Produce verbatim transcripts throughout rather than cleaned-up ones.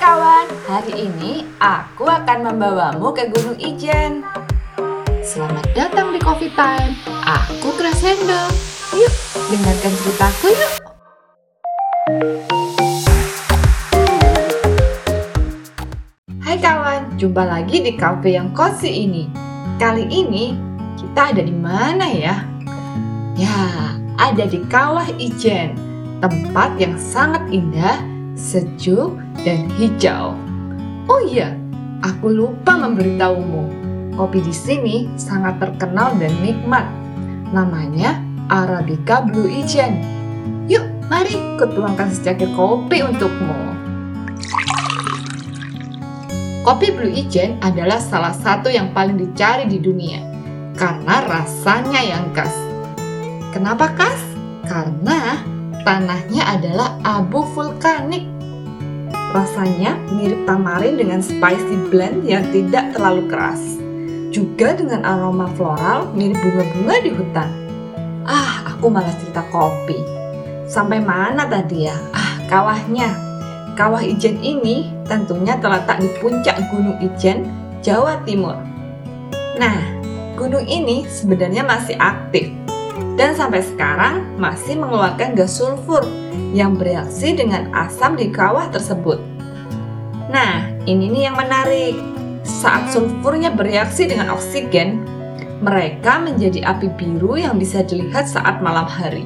kawan, hari ini aku akan membawamu ke Gunung Ijen. Selamat datang di Coffee Time, aku Crescendo. Yuk, dengarkan ceritaku yuk. Hai kawan, jumpa lagi di cafe yang cozy ini. Kali ini kita ada di mana ya? Ya, ada di Kawah Ijen, tempat yang sangat indah, sejuk, dan hijau. Oh iya, aku lupa memberitahumu. Kopi di sini sangat terkenal dan nikmat. Namanya Arabica Blue Ijen. Yuk, mari kutuangkan secangkir kopi untukmu. Kopi Blue Ijen adalah salah satu yang paling dicari di dunia karena rasanya yang khas. Kenapa khas? Karena tanahnya adalah abu vulkanik. Rasanya mirip tamarin dengan spicy blend yang tidak terlalu keras. Juga dengan aroma floral mirip bunga-bunga di hutan. Ah, aku malah cerita kopi. Sampai mana tadi ya? Ah, kawahnya. Kawah Ijen ini tentunya terletak di puncak Gunung Ijen, Jawa Timur. Nah, gunung ini sebenarnya masih aktif dan sampai sekarang masih mengeluarkan gas sulfur yang bereaksi dengan asam di kawah tersebut. Nah, ini nih yang menarik. Saat sulfurnya bereaksi dengan oksigen, mereka menjadi api biru yang bisa dilihat saat malam hari.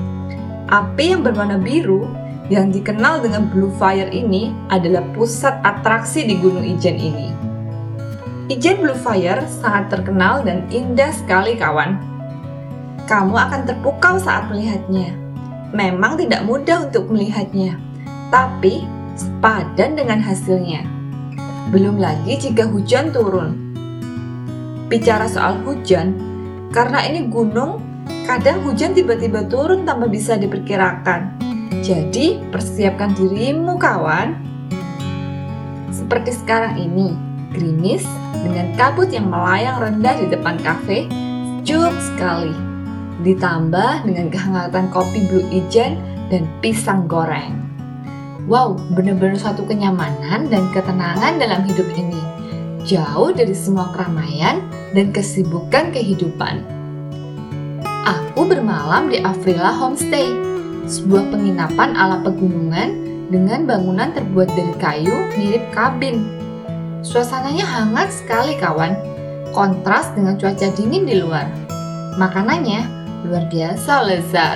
Api yang berwarna biru yang dikenal dengan Blue Fire ini adalah pusat atraksi di Gunung Ijen ini. Ijen Blue Fire sangat terkenal dan indah sekali kawan. Kamu akan terpukau saat melihatnya. Memang tidak mudah untuk melihatnya, tapi sepadan dengan hasilnya. Belum lagi jika hujan turun. Bicara soal hujan, karena ini gunung, kadang hujan tiba-tiba turun tanpa bisa diperkirakan. Jadi, persiapkan dirimu kawan. Seperti sekarang ini, gerimis dengan kabut yang melayang rendah di depan kafe, sejuk sekali. Ditambah dengan kehangatan kopi Blue Ijen dan pisang goreng. Wow, benar-benar suatu kenyamanan dan ketenangan dalam hidup ini. Jauh dari semua keramaian dan kesibukan kehidupan. Aku bermalam di Afrila Homestay, sebuah penginapan ala pegunungan dengan bangunan terbuat dari kayu mirip kabin. Suasananya hangat sekali kawan, kontras dengan cuaca dingin di luar. Makanannya luar biasa lezat.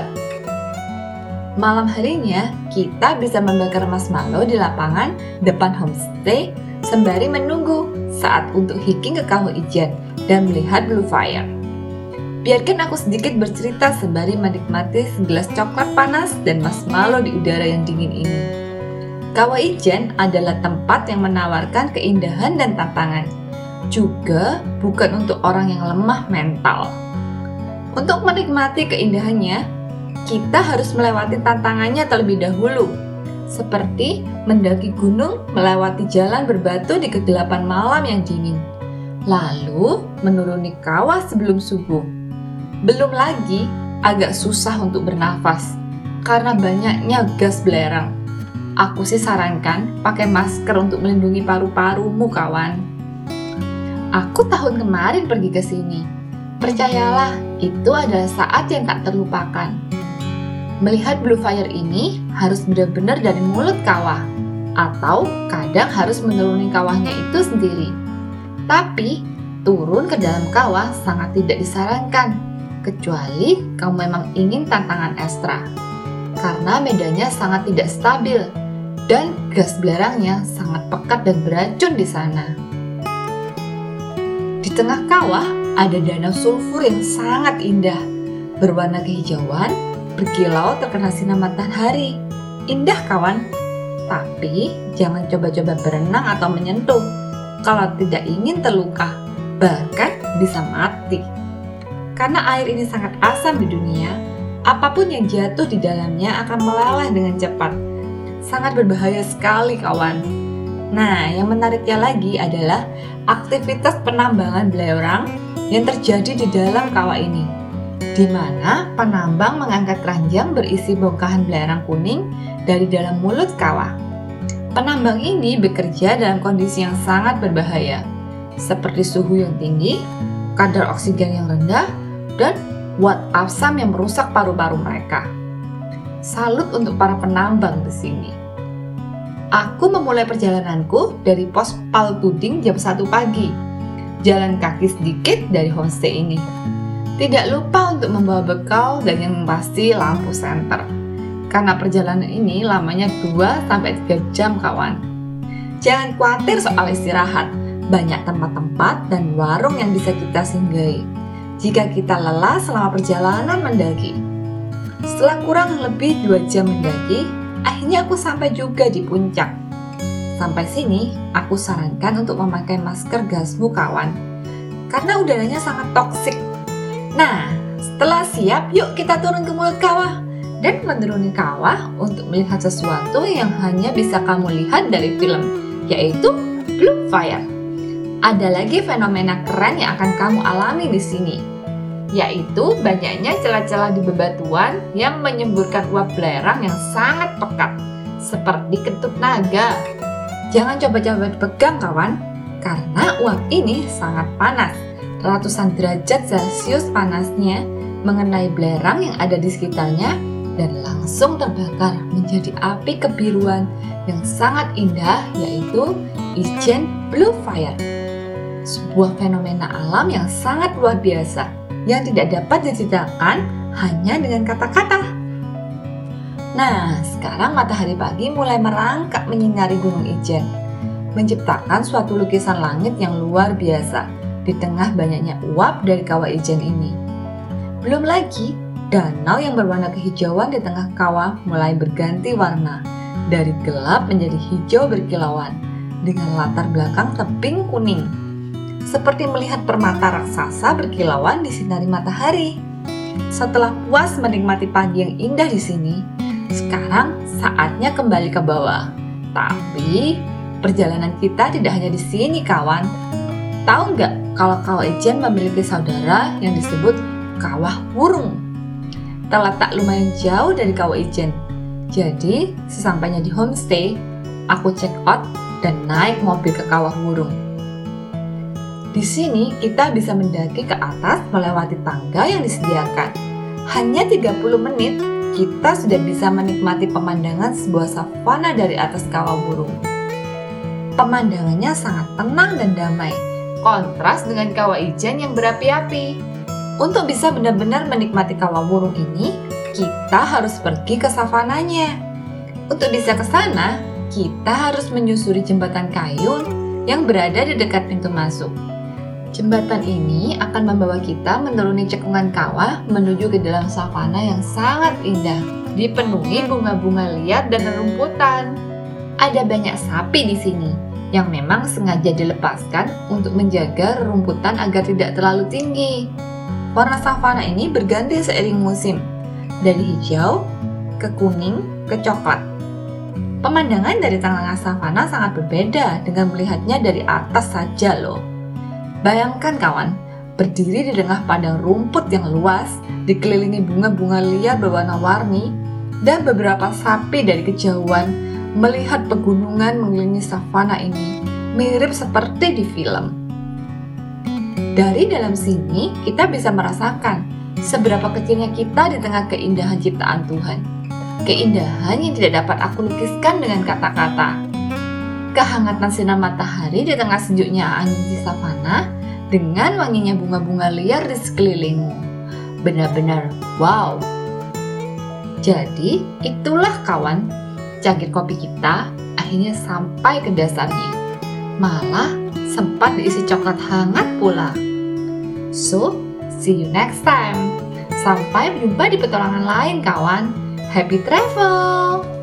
Malam harinya, kita bisa membakar marshmallow di lapangan depan homestay sembari menunggu saat untuk hiking ke Kawah Ijen dan melihat Blue Fire. Biarkan aku sedikit bercerita sembari menikmati segelas coklat panas dan marshmallow di udara yang dingin ini. Kawah Ijen adalah tempat yang menawarkan keindahan dan tantangan, juga bukan untuk orang yang lemah mental. Untuk menikmati keindahannya, kita harus melewati tantangannya terlebih dahulu, seperti mendaki gunung melewati jalan berbatu di kegelapan malam yang dingin, lalu menuruni kawah sebelum subuh. Belum lagi agak susah untuk bernafas karena banyaknya gas belerang. Aku sih sarankan pakai masker untuk melindungi paru-parumu kawan. Aku tahun kemarin pergi ke sini. Percayalah, itu adalah saat yang tak terlupakan. Melihat Blue Fire ini harus benar-benar dari mulut kawah, atau kadang harus menuruni kawahnya itu sendiri. Tapi, turun ke dalam kawah sangat tidak disarankan, kecuali kamu memang ingin tantangan ekstra. Karena medannya sangat tidak stabil, dan gas belerangnya sangat pekat dan beracun di sana. Di tengah kawah ada danau sulfur yang sangat indah, berwarna kehijauan, berkilau terkena sinar matahari. Indah kawan, tapi jangan coba-coba berenang atau menyentuh kalau tidak ingin terluka, bahkan bisa mati. Karena air ini sangat asam di dunia, apapun yang jatuh di dalamnya akan meleleh dengan cepat. Sangat berbahaya sekali kawan. Nah, yang menariknya lagi adalah aktivitas penambangan belerang yang terjadi di dalam kawah ini, di mana penambang mengangkat keranjang berisi bongkahan belerang kuning dari dalam mulut kawah. Penambang ini bekerja dalam kondisi yang sangat berbahaya, seperti suhu yang tinggi, kadar oksigen yang rendah, dan uap asam yang merusak paru-paru mereka. Salut untuk para penambang di sini. Aku memulai perjalananku dari pos Palpuding jam satu pagi. Jalan kaki sedikit dari homestay ini. Tidak lupa untuk membawa bekal dan yang pasti lampu senter. Karena perjalanan ini lamanya dua sampai tiga jam kawan. Jangan khawatir soal istirahat. Banyak tempat-tempat dan warung yang bisa kita singgahi jika kita lelah selama perjalanan mendaki. Setelah kurang lebih dua jam mendaki, akhirnya aku sampai juga di puncak. Sampai sini, aku sarankan untuk memakai masker gasmu kawan, karena udaranya sangat toksik. Nah, setelah siap, yuk kita turun ke mulut kawah dan menuruni kawah untuk melihat sesuatu yang hanya bisa kamu lihat dari film, yaitu Blue Fire. Ada lagi fenomena keren yang akan kamu alami di sini, yaitu banyaknya celah-celah di bebatuan yang menyemburkan uap belerang yang sangat pekat, seperti kentut naga. Jangan coba-coba dipegang kawan, karena uap ini sangat panas. Ratusan derajat Celcius panasnya mengenai belerang yang ada di sekitarnya dan langsung terbakar menjadi api kebiruan yang sangat indah, yaitu Ijen Blue Fire. Sebuah fenomena alam yang sangat luar biasa yang tidak dapat diceritakan hanya dengan kata-kata. Nah, sekarang matahari pagi mulai merangkak menyinari Gunung Ijen, menciptakan suatu lukisan langit yang luar biasa di tengah banyaknya uap dari kawah Ijen ini. Belum lagi, danau yang berwarna kehijauan di tengah kawah mulai berganti warna, dari gelap menjadi hijau berkilauan, dengan latar belakang tebing kuning. Seperti melihat permata raksasa berkilauan di sinari matahari. Setelah puas menikmati pagi yang indah di sini, sekarang saatnya kembali ke bawah. Tapi perjalanan kita tidak hanya di sini kawan. Tahu nggak kalau Kawah Ijen memiliki saudara yang disebut Kawah Wurung? Terletak lumayan jauh dari Kawah Ijen. Jadi sesampainya di homestay, aku check out dan naik mobil ke Kawah Wurung. Di sini kita bisa mendaki ke atas melewati tangga yang disediakan. Hanya tiga puluh menit, kita sudah bisa menikmati pemandangan sebuah savana dari atas Kawah Wurung. Pemandangannya sangat tenang dan damai, kontras dengan Kawah Ijen yang berapi-api. Untuk bisa benar-benar menikmati Kawah Wurung ini, kita harus pergi ke savananya. Untuk bisa ke sana, kita harus menyusuri jembatan kayu yang berada di dekat pintu masuk. Jembatan ini akan membawa kita menuruni cekungan kawah menuju ke dalam savana yang sangat indah, dipenuhi bunga-bunga liar dan rerumputan. Ada banyak sapi di sini yang memang sengaja dilepaskan untuk menjaga rerumputan agar tidak terlalu tinggi. Warna savana ini berganti seiring musim, dari hijau ke kuning ke coklat. Pemandangan dari tengah savana sangat berbeda dengan melihatnya dari atas saja loh. Bayangkan kawan, berdiri di tengah padang rumput yang luas, dikelilingi bunga-bunga liar berwarna-warni, dan beberapa sapi dari kejauhan melihat pegunungan mengelilingi savana ini, mirip seperti di film. Dari dalam sini, kita bisa merasakan seberapa kecilnya kita di tengah keindahan ciptaan Tuhan. Keindahan yang tidak dapat aku lukiskan dengan kata-kata. Kehangatan sinar matahari di tengah sejuknya angin di savana dengan wanginya bunga-bunga liar di sekelilingmu. Benar-benar wow. Jadi, itulah kawan, cangkir kopi kita akhirnya sampai ke dasarnya. Malah sempat diisi coklat hangat pula. So, see you next time. Sampai berjumpa di petualangan lain kawan. Happy travel!